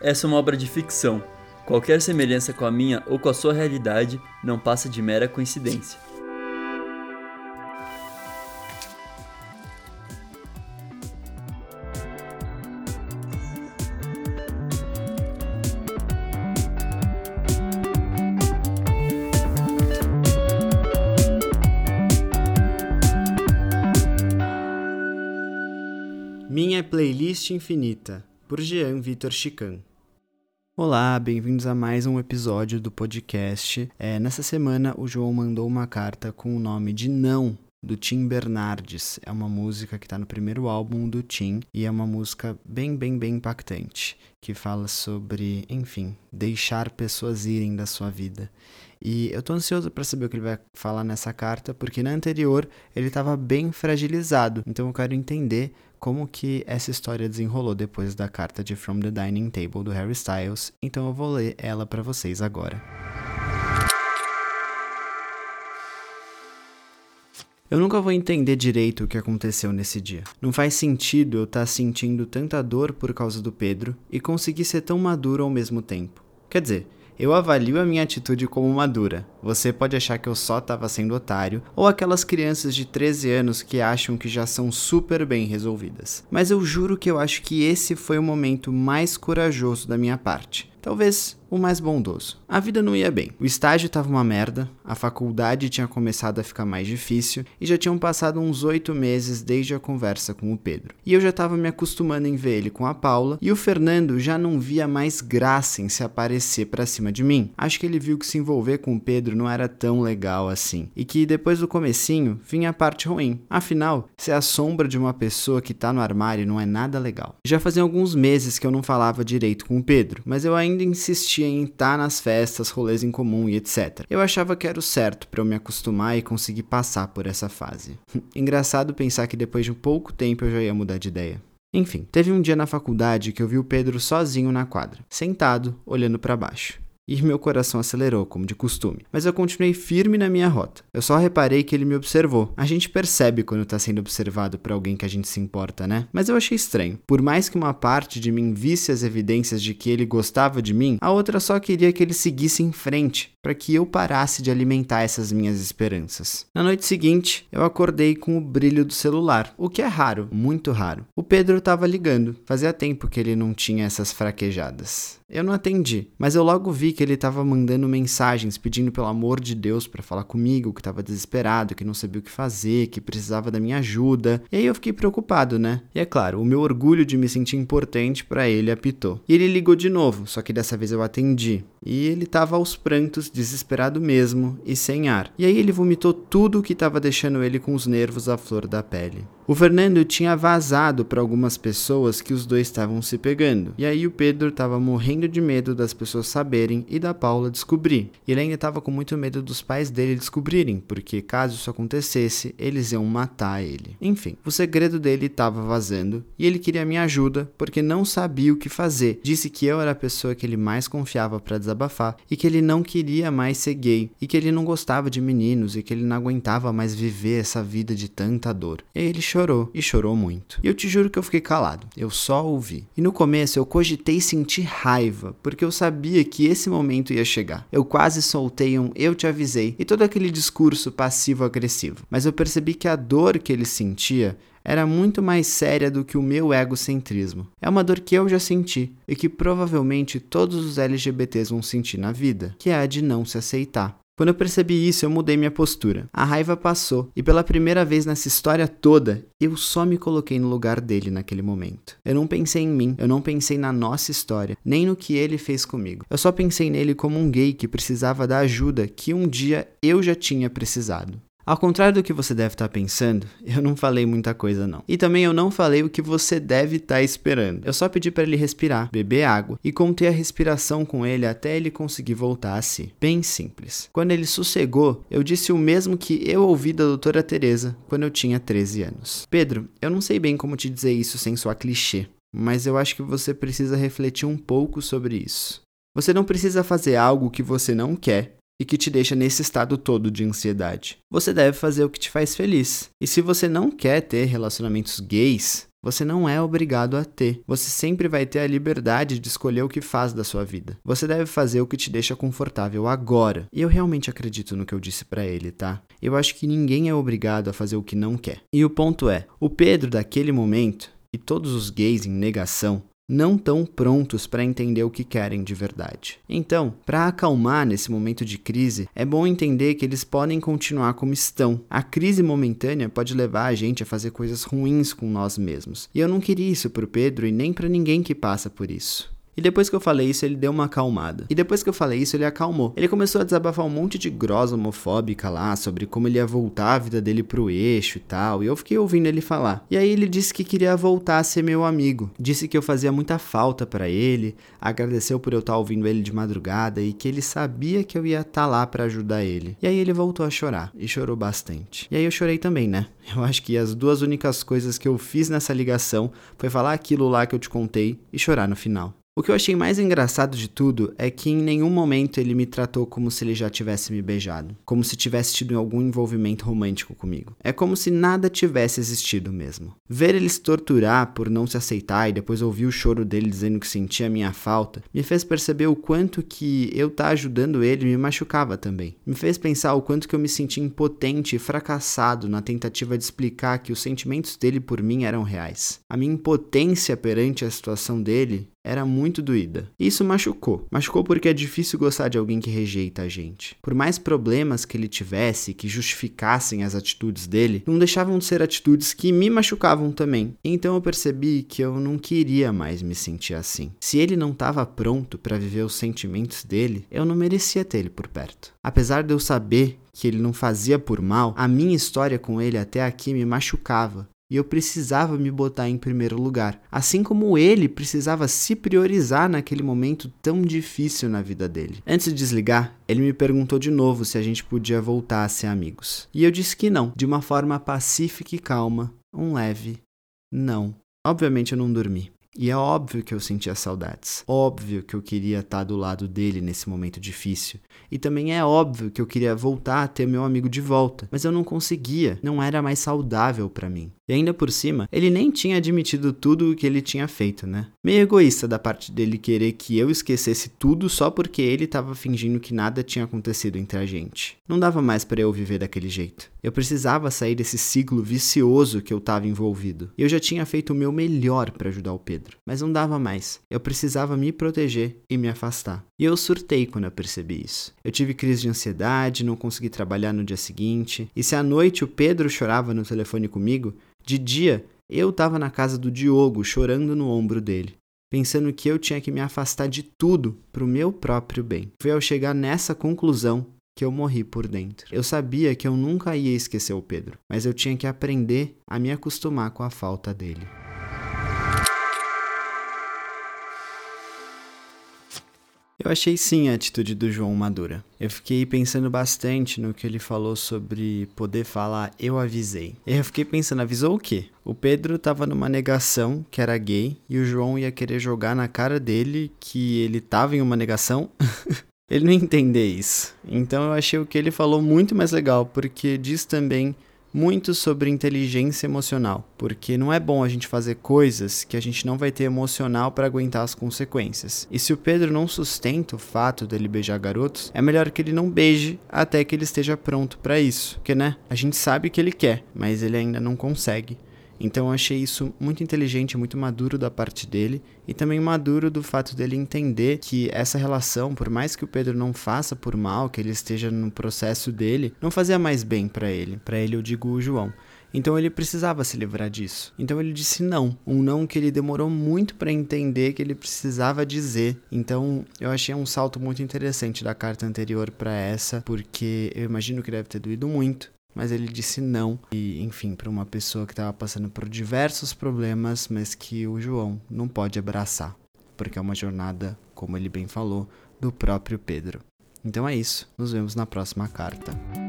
Essa é uma obra de ficção. Qualquer semelhança com a minha ou com a sua realidade não passa de mera coincidência. Minha Playlist Infinita, por Jean Vitor Chican. Olá, bem-vindos a mais um episódio do podcast. Nessa semana o João mandou uma carta com o nome de Não, do Tim Bernardes. É uma música que está no primeiro álbum do Tim e é uma música bem impactante, que fala sobre, deixar pessoas irem da sua vida. E eu tô ansioso para saber o que ele vai falar nessa carta, porque na anterior ele estava bem fragilizado. Então eu quero entender como que essa história desenrolou depois da carta de From the Dining Table do Harry Styles. Então eu vou ler ela para vocês agora. Eu nunca vou entender direito o que aconteceu nesse dia. Não faz sentido eu estar sentindo tanta dor por causa do Pedro e conseguir ser tão maduro ao mesmo tempo. Quer dizer, eu avalio a minha atitude como madura. Você pode achar que eu só estava sendo otário, ou aquelas crianças de 13 anos que acham que já são super bem resolvidas. Mas eu juro que eu acho que esse foi o momento mais corajoso da minha parte. Talvez o mais bondoso. A vida não ia bem. O estágio estava uma merda, a faculdade tinha começado a ficar mais difícil e já tinham passado uns 8 meses desde a conversa com o Pedro. E eu já estava me acostumando em ver ele com a Paula e o Fernando já não via mais graça em se aparecer pra cima de mim. Acho que ele viu que se envolver com o Pedro não era tão legal assim e que depois do comecinho vinha a parte ruim. Afinal, ser a sombra de uma pessoa que tá no armário não é nada legal. Já fazia alguns meses que eu não falava direito com o Pedro, mas eu ainda insistia em estar nas festas, rolês em comum e etc. Eu achava que era o certo para eu me acostumar e conseguir passar por essa fase. Engraçado pensar que depois de um pouco tempo eu já ia mudar de ideia. Enfim, teve um dia na faculdade que eu vi o Pedro sozinho na quadra, sentado, olhando para baixo. E meu coração acelerou, como de costume. Mas eu continuei firme na minha rota. Eu só reparei que ele me observou. A gente percebe quando tá sendo observado por alguém que a gente se importa, né? Mas eu achei estranho. Por mais que uma parte de mim visse as evidências de que ele gostava de mim, a outra só queria que ele seguisse em frente, para que eu parasse de alimentar essas minhas esperanças. Na noite seguinte, eu acordei com o brilho do celular, o que é raro, muito raro. O Pedro tava ligando. Fazia tempo que ele não tinha essas fraquejadas. Eu não atendi, mas eu logo vi que ele estava mandando mensagens pedindo pelo amor de Deus para falar comigo, que estava desesperado, que não sabia o que fazer, que precisava da minha ajuda. E aí eu fiquei preocupado, né? E é claro, o meu orgulho de me sentir importante para ele apitou. E ele ligou de novo, só que dessa vez eu atendi. E ele estava aos prantos, desesperado mesmo e sem ar. E aí ele vomitou tudo o que estava deixando ele com os nervos à flor da pele. O Fernando tinha vazado para algumas pessoas que os dois estavam se pegando. E aí o Pedro estava morrendo de medo das pessoas saberem e da Paula descobrir. E ele ainda estava com muito medo dos pais dele descobrirem, porque caso isso acontecesse, eles iam matar ele. Enfim, o segredo dele estava vazando e ele queria minha ajuda porque não sabia o que fazer. Disse que eu era a pessoa que ele mais confiava para desabafar e que ele não queria mais ser gay e que ele não gostava de meninos e que ele não aguentava mais viver essa vida de tanta dor. E aí ele chorou, e chorou muito. E eu te juro que eu fiquei calado, eu só ouvi. E no começo eu cogitei sentir raiva, porque eu sabia que esse momento ia chegar. Eu quase soltei um "eu te avisei" e todo aquele discurso passivo-agressivo. Mas eu percebi que a dor que ele sentia era muito mais séria do que o meu egocentrismo. É uma dor que eu já senti e que provavelmente todos os LGBTs vão sentir na vida, que é a de não se aceitar. Quando eu percebi isso, eu mudei minha postura. A raiva passou e pela primeira vez nessa história toda, eu só me coloquei no lugar dele naquele momento. Eu não pensei em mim, eu não pensei na nossa história, nem no que ele fez comigo. Eu só pensei nele como um gay que precisava da ajuda que um dia eu já tinha precisado. Ao contrário do que você deve estar pensando, eu não falei muita coisa não. E também eu não falei o que você deve estar esperando. Eu só pedi para ele respirar, beber água e contei a respiração com ele até ele conseguir voltar a si. Bem simples. Quando ele sossegou, eu disse o mesmo que eu ouvi da doutora Teresa quando eu tinha 13 anos. Pedro, eu não sei bem como te dizer isso sem soar clichê, mas eu acho que você precisa refletir um pouco sobre isso. Você não precisa fazer algo que você não quer e que te deixa nesse estado todo de ansiedade. Você deve fazer o que te faz feliz. E se você não quer ter relacionamentos gays, Você não é obrigado a ter. Você sempre vai ter a liberdade de escolher o que faz da sua vida. Você deve fazer o que te deixa confortável agora. E eu realmente acredito no que eu disse pra ele, tá? Eu acho que ninguém é obrigado a fazer o que não quer. E o ponto é, o Pedro daquele momento, e todos os gays em negação, não estão prontos para entender o que querem de verdade. Então, para acalmar nesse momento de crise, é bom entender que eles podem continuar como estão. A crise momentânea pode levar a gente a fazer coisas ruins com nós mesmos. E eu não queria isso pro Pedro e nem para ninguém que passa por isso. E depois que eu falei isso, ele deu uma acalmada. E depois que eu falei isso, ele acalmou. Ele começou a desabafar um monte de grosa homofóbica lá, sobre como ele ia voltar a vida dele pro eixo e tal. E eu fiquei ouvindo ele falar. E aí ele disse que queria voltar a ser meu amigo. Disse que eu fazia muita falta pra ele. Agradeceu por eu estar ouvindo ele de madrugada e que ele sabia que eu ia estar lá pra ajudar ele. E aí ele voltou a chorar. E chorou bastante. E aí eu chorei também, né? Eu acho que as duas únicas coisas que eu fiz nessa ligação foi falar aquilo lá que eu te contei e chorar no final. O que eu achei mais engraçado de tudo é que em nenhum momento ele me tratou como se ele já tivesse me beijado, como se tivesse tido algum envolvimento romântico comigo. É como se nada tivesse existido mesmo. Ver ele se torturar por não se aceitar e depois ouvir o choro dele dizendo que sentia minha falta, me fez perceber o quanto que eu tá ajudando ele me machucava também. Me fez pensar o quanto que eu me senti impotente e fracassado na tentativa de explicar que os sentimentos dele por mim eram reais. A minha impotência perante a situação dele era muito doída. E isso machucou. Machucou porque é difícil gostar de alguém que rejeita a gente. Por mais problemas que ele tivesse, que justificassem as atitudes dele, não deixavam de ser atitudes que me machucavam também. Então eu percebi que eu não queria mais me sentir assim. Se ele não estava pronto para viver os sentimentos dele, eu não merecia ter ele por perto. Apesar de eu saber que ele não fazia por mal, a minha história com ele até aqui me machucava. E eu precisava me botar em primeiro lugar, assim como ele precisava se priorizar naquele momento tão difícil na vida dele. Antes de desligar, ele me perguntou de novo se a gente podia voltar a ser amigos. E eu disse que não, de uma forma pacífica e calma, um leve não. Obviamente eu não dormi. E é óbvio que eu sentia saudades. Óbvio que eu queria estar do lado dele nesse momento difícil. E também é óbvio que eu queria voltar a ter meu amigo de volta. Mas eu não conseguia. Não era mais saudável pra mim. E ainda por cima, ele nem tinha admitido tudo o que ele tinha feito, né? Meio egoísta da parte dele querer que eu esquecesse tudo só porque ele tava fingindo que nada tinha acontecido entre a gente. Não dava mais pra eu viver daquele jeito. Eu precisava sair desse ciclo vicioso que eu tava envolvido. E eu já tinha feito o meu melhor pra ajudar o Pedro. Mas não dava mais. Eu precisava me proteger e me afastar. E eu surtei quando eu percebi isso. Eu tive crise de ansiedade, não consegui trabalhar no dia seguinte. E se à noite o Pedro chorava no telefone comigo, de dia, eu estava na casa do Diogo, chorando no ombro dele, pensando que eu tinha que me afastar de tudo pro meu próprio bem. Foi ao chegar nessa conclusão que eu morri por dentro. Eu sabia que eu nunca ia esquecer o Pedro, mas eu tinha que aprender a me acostumar com a falta dele. Eu achei sim a atitude do João madura. Eu fiquei pensando bastante no que ele falou sobre poder falar eu avisei. E eu fiquei pensando, avisou o quê? O Pedro tava numa negação que era gay e o João ia querer jogar na cara dele que ele tava em uma negação? Ele não ia entender isso. Então eu achei o que ele falou muito mais legal, porque diz também muito sobre inteligência emocional, porque não é bom a gente fazer coisas que a gente não vai ter emocional para aguentar as consequências. E se o Pedro não sustenta o fato dele beijar garotos, é melhor que ele não beije até que ele esteja pronto para isso, porque né, a gente sabe que ele quer, mas ele ainda não consegue. Então eu achei isso muito inteligente, muito maduro da parte dele e também maduro do fato dele entender que essa relação, por mais que o Pedro não faça por mal, que ele esteja no processo dele, não fazia mais bem pra ele eu digo o João. Então ele precisava se livrar disso. Então ele disse não, um não que ele demorou muito pra entender que ele precisava dizer. Então eu achei um salto muito interessante da carta anterior pra essa, porque eu imagino que deve ter doído muito. Mas ele disse não, e enfim, para uma pessoa que estava passando por diversos problemas, mas que o João não pode abraçar, porque é uma jornada, como ele bem falou, do próprio Pedro. Então é isso, nos vemos na próxima carta.